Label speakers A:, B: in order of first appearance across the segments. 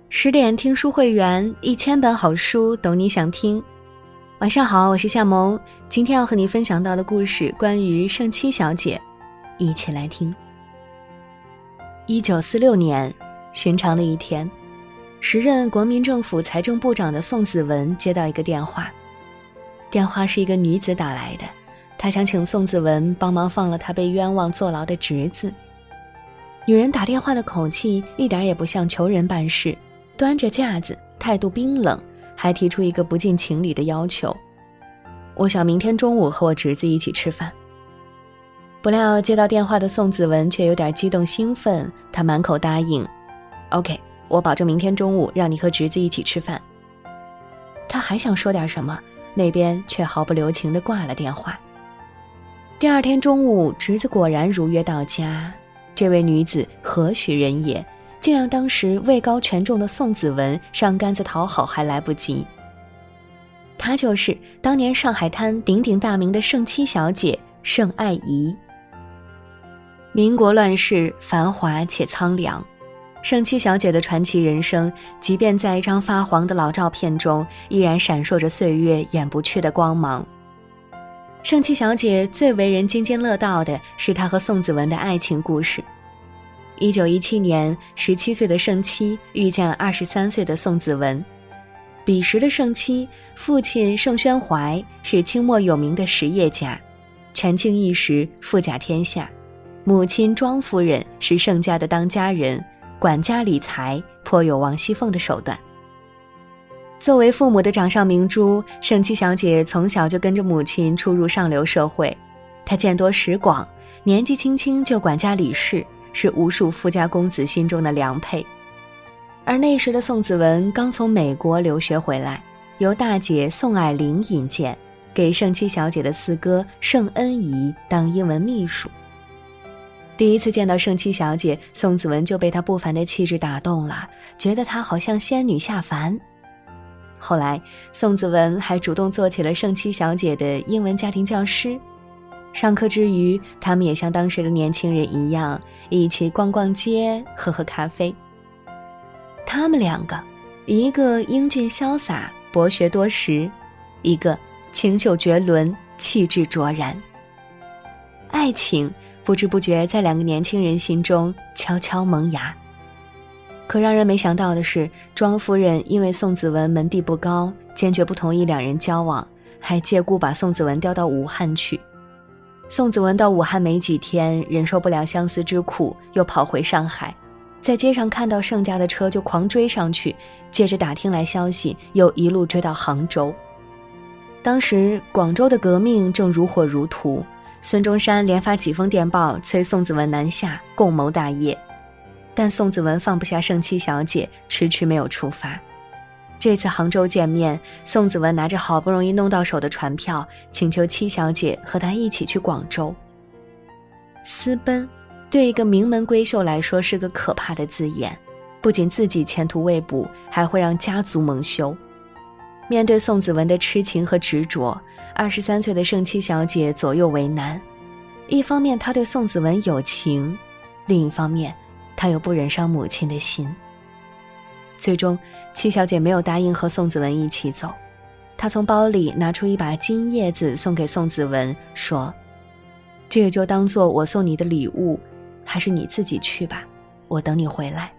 A: 10点听书会员，1000本好书，懂你想听。晚上好，我是夏萌，今天要和你分享到的故事关于圣七小姐，一起来听。1946年，寻常的一天，时任国民政府财政部长的宋子文接到一个电话，电话是一个女子打来的，她想请宋子文帮忙放了她被冤枉坐牢的侄子。女人打电话的口气一点也不像求人办事，端着架子，态度冰冷，还提出一个不近情理的要求：我想明天中午和我侄子一起吃饭。不料接到电话的宋子文却有点激动兴奋，他满口答应 OK， 我保证明天中午让你和侄子一起吃饭。他还想说点什么，那边却毫不留情地挂了电话。第二天中午，侄子果然如约到家。这位女子何许人也，竟让当时位高权重的宋子文上杆子讨好还来不及。她就是当年上海滩鼎鼎大名的圣七小姐盛爱怡。民国乱世，繁华且苍凉，圣七小姐的传奇人生，即便在一张发黄的老照片中，依然闪烁着岁月掩不去的光芒。圣七小姐最为人津津乐道的是她和宋子文的爱情故事。1917年，17岁的圣七遇见23岁的宋子文。彼时的圣七，父亲盛宣怀是清末有名的实业家，权倾一时，富甲天下；母亲庄夫人是盛家的当家人，管家理财，颇有王熙凤的手段。作为父母的掌上明珠，圣七小姐从小就跟着母亲出入上流社会。她见多识广，年纪轻轻就管家理事，是无数富家公子心中的良配。而那时的宋子文刚从美国留学回来，由大姐宋霭龄引荐，给圣七小姐的四哥盛恩仪当英文秘书。第一次见到圣七小姐，宋子文就被她不凡的气质打动了，觉得她好像仙女下凡。后来宋子文还主动做起了圣七小姐的英文家庭教师，上课之余，他们也像当时的年轻人一样，一起逛逛街，喝喝咖啡。他们两个，一个英俊潇洒，博学多识，一个清秀绝伦，气质卓然。爱情不知不觉在两个年轻人心中悄悄萌芽。可让人没想到的是，庄夫人因为宋子文门第不高，坚决不同意两人交往，还借故把宋子文调到武汉去。宋子文到武汉没几天，忍受不了相思之苦，又跑回上海，在街上看到盛家的车就狂追上去，接着打听来消息，又一路追到杭州。当时广州的革命正如火如荼，孙中山连发几封电报催宋子文南下，共谋大业。但宋子文放不下圣七小姐，迟迟没有出发。这次杭州见面，宋子文拿着好不容易弄到手的船票，请求七小姐和他一起去广州。私奔对一个名门闺秀来说是个可怕的字眼，不仅自己前途未卜，还会让家族蒙羞。面对宋子文的痴情和执着，23岁的圣七小姐左右为难。一方面她对宋子文有情，另一方面她又不忍伤母亲的心。最终七小姐没有答应和宋子文一起走，她从包里拿出一把金叶子送给宋子文，说：这个就当做我送你的礼物，还是你自己去吧，我等你回来。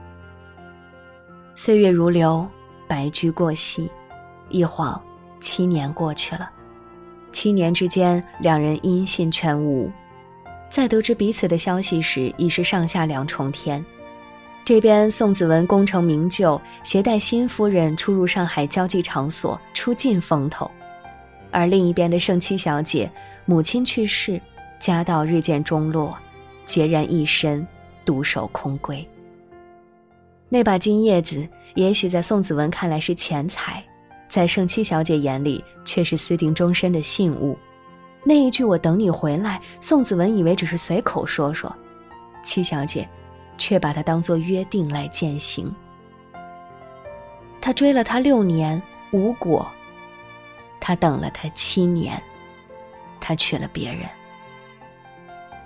A: 岁月如流，白驹过隙，一晃7年过去了。7年之间，两人音信全无。在得知彼此的消息时，已是上下两重天。这边宋子文功成名就，携带新夫人出入上海交际场所，出尽风头；而另一边的圣七小姐，母亲去世，家道日渐中落，孑然一身，独守空闺。那把金叶子，也许在宋子文看来是钱财，在圣七小姐眼里却是私定终身的信物。那一句我等你回来，宋子文以为只是随口说说，七小姐却把它当作约定来践行。他追了他6年无果，他等了他7年，他娶了别人。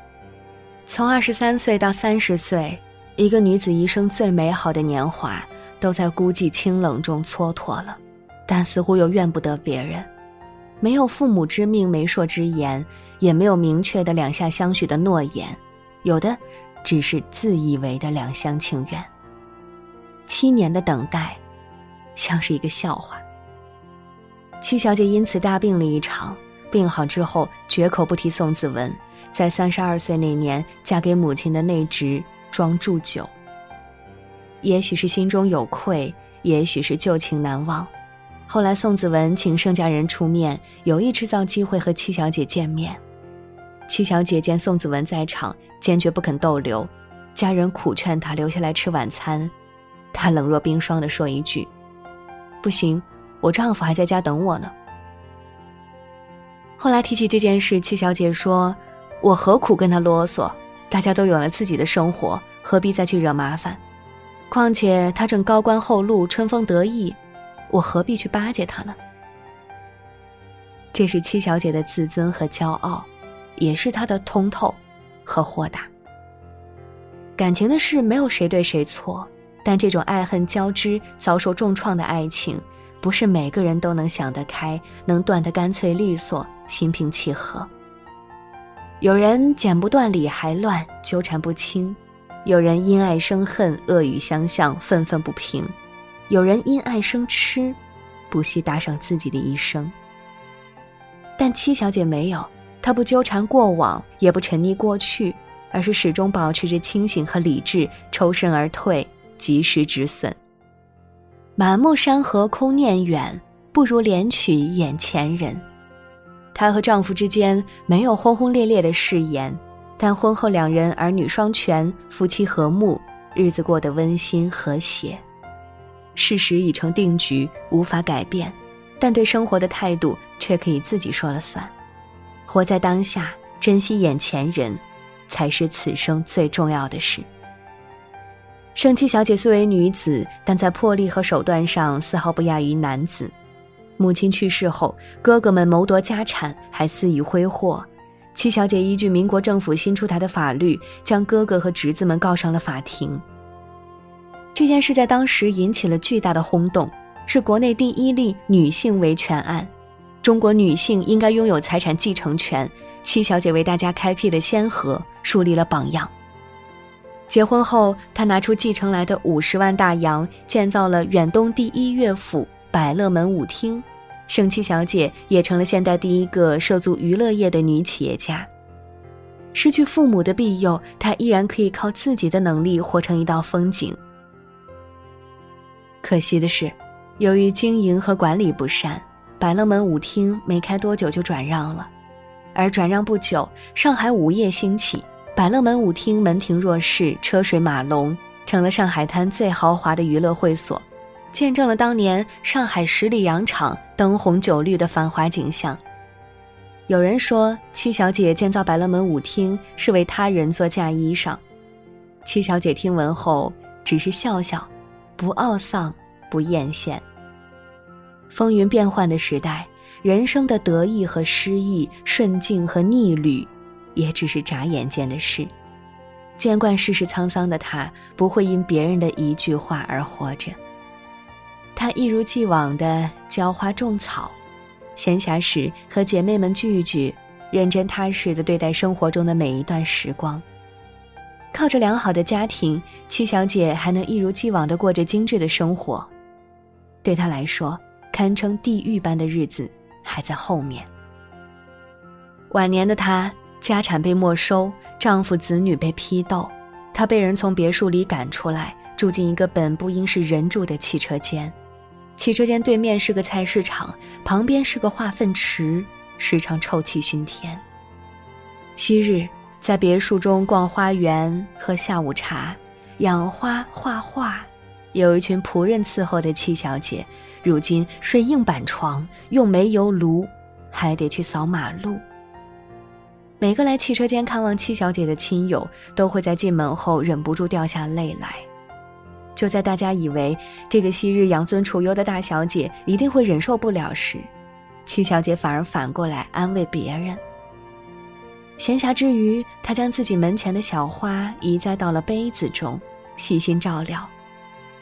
A: 从23岁到30岁，一个女子一生最美好的年华， 都在孤寂清冷中蹉跎了，但似乎又怨不得别人。没有父母之命媒妁之言，也没有明确的两下相许的诺言，有的只是自以为的两厢情愿。7年的等待像是一个笑话。戚小姐因此大病了一场，病好之后绝口不提宋子文，在32岁那年嫁给母亲的内侄庄祝久。也许是心中有愧，也许是旧情难忘，后来宋子文请盛家人出面，有意制造机会和戚小姐见面。戚小姐见宋子文在场，坚决不肯逗留，家人苦劝她留下来吃晚餐，她冷若冰霜地说一句：不行，我丈夫还在家等我呢。后来提起这件事，戚小姐说：我何苦跟他啰嗦，大家都有了自己的生活，何必再去惹麻烦，况且他正高官厚禄，春风得意，我何必去巴结他呢？这是戚小姐的自尊和骄傲，也是她的通透和豁达。感情的事没有谁对谁错，但这种爱恨交织、遭受重创的爱情，不是每个人都能想得开，能断得干脆利索，心平气和。有人剪不断理还乱，纠缠不清；有人因爱生恨，恶语相向，愤愤不平；有人因爱生痴，不惜搭上自己的一生。但戚小姐没有，她不纠缠过往，也不沉溺过去，而是始终保持着清醒和理智，抽身而退，及时止损。满目山河空念远，不如怜取眼前人。她和丈夫之间没有轰轰烈烈的誓言，但婚后两人儿女双全，夫妻和睦，日子过得温馨和谐。事实已成定局，无法改变，但对生活的态度却可以自己说了算。活在当下，珍惜眼前人，才是此生最重要的事。盛戚小姐虽为女子，但在魄力和手段上丝毫不亚于男子。母亲去世后，哥哥们谋夺家产，还肆意挥霍。戚小姐依据民国政府新出台的法律，将哥哥和侄子们告上了法庭。这件事在当时引起了巨大的轰动，是国内第一例女性维权案。中国女性应该拥有财产继承权，戚小姐为大家开辟了先河，树立了榜样。结婚后，她拿出继承来的50万大洋，建造了远东第一乐府百乐门舞厅。盛戚小姐也成了现代第一个涉足娱乐业的女企业家。失去父母的庇佑，她依然可以靠自己的能力活成一道风景。可惜的是，由于经营和管理不善，百乐门舞厅没开多久就转让了。而转让不久，上海舞业兴起，百乐门舞厅门庭若市，车水马龙，成了上海滩最豪华的娱乐会所，见证了当年上海十里洋场灯红酒绿的繁华景象。有人说，戚小姐建造百乐门舞厅是为他人做嫁衣裳。戚小姐听闻后只是笑笑，不懊丧，不艳羡。风云变幻的时代，人生的得意和失意，顺境和逆旅，也只是眨眼间的事。见惯世事沧桑的她，不会因别人的一句话而活着。她一如既往地浇花种草，闲暇时和姐妹们聚一聚，认真踏实地对待生活中的每一段时光。靠着良好的家庭，戚小姐还能一如既往地过着精致的生活。对她来说，堪称地狱般的日子还在后面。晚年的她，家产被没收，丈夫子女被批斗，她被人从别墅里赶出来，住进一个本不应是人住的汽车间。汽车间对面是个菜市场，旁边是个化粪池，时常臭气熏天。昔日在别墅中逛花园、喝下午茶、养花、画画，有一群仆人伺候的戚小姐，如今睡硬板床，用煤油炉，还得去扫马路。每个来汽车间看望戚小姐的亲友，都会在进门后忍不住掉下泪来。就在大家以为这个昔日养尊处优的大小姐一定会忍受不了时，戚小姐反而反过来安慰别人。闲暇之余，她将自己门前的小花移栽到了杯子中，细心照料。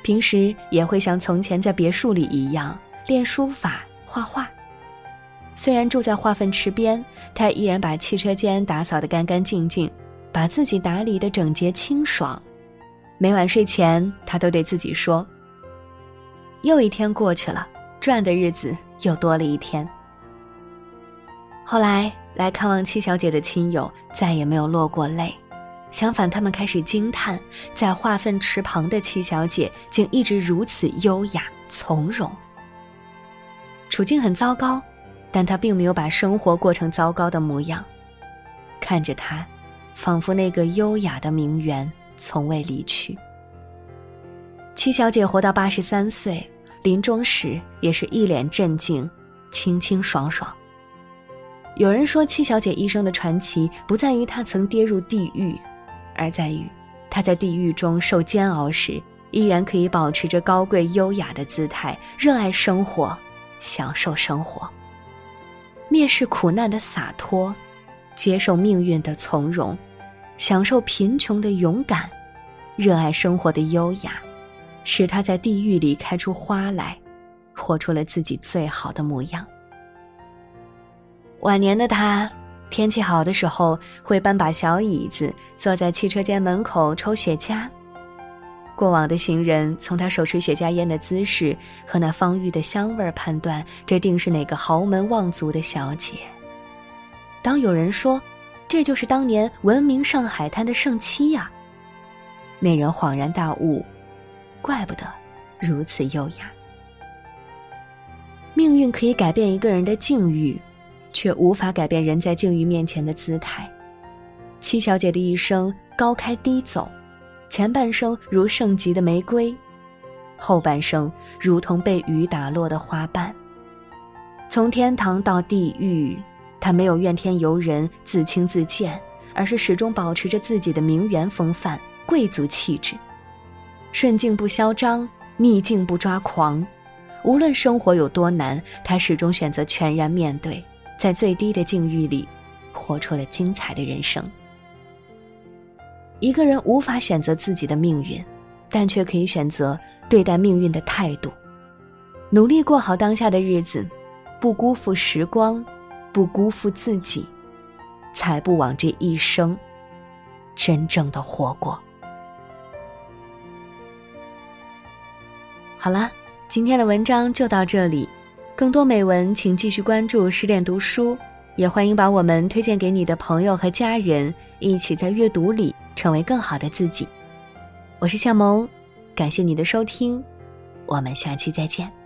A: 平时也会像从前在别墅里一样练书法、画画。虽然住在化粪池边，他依然把汽车间打扫得干干净净，把自己打理得整洁清爽。每晚睡前，他都对自己说：又一天过去了，赚的日子又多了一天。后来来看望七小姐的亲友再也没有落过泪，相反，他们开始惊叹，在化粪池旁的七小姐竟一直如此优雅从容。处境很糟糕，但她并没有把生活过成糟糕的模样。看着她，仿佛那个优雅的名媛从未离去。七小姐活到83岁，临终时也是一脸镇静，清清爽爽。有人说，七小姐一生的传奇不在于她曾跌入地狱，而在于她在地狱中受煎熬时，依然可以保持着高贵优雅的姿态，热爱生活，享受生活，蔑视苦难的洒脱，接受命运的从容，享受贫穷的勇敢，热爱生活的优雅，使她在地狱里开出花来，活出了自己最好的模样。晚年的她，天气好的时候会搬把小椅子，坐在汽车间门口抽雪茄。过往的行人从她手持雪茄烟的姿势和那芳郁的香味判断，这定是哪个豪门望族的小姐。当有人说这就是当年闻名上海滩的盛妻呀，那人恍然大悟，怪不得如此优雅。命运可以改变一个人的境遇，却无法改变人在境遇面前的姿态。七小姐的一生高开低走，前半生如盛极的玫瑰，后半生如同被雨打落的花瓣。从天堂到地狱，她没有怨天尤人、自轻自贱，而是始终保持着自己的名媛风范、贵族气质。顺境不嚣张，逆境不抓狂，无论生活有多难，她始终选择全然面对，在最低的境遇里活出了精彩的人生。一个人无法选择自己的命运，但却可以选择对待命运的态度，努力过好当下的日子，不辜负时光，不辜负自己，才不枉这一生真正的活过。好了，今天的文章就到这里，更多美文请继续关注10点读书，也欢迎把我们推荐给你的朋友和家人，一起在阅读里成为更好的自己。我是夏萌，感谢你的收听，我们下期再见。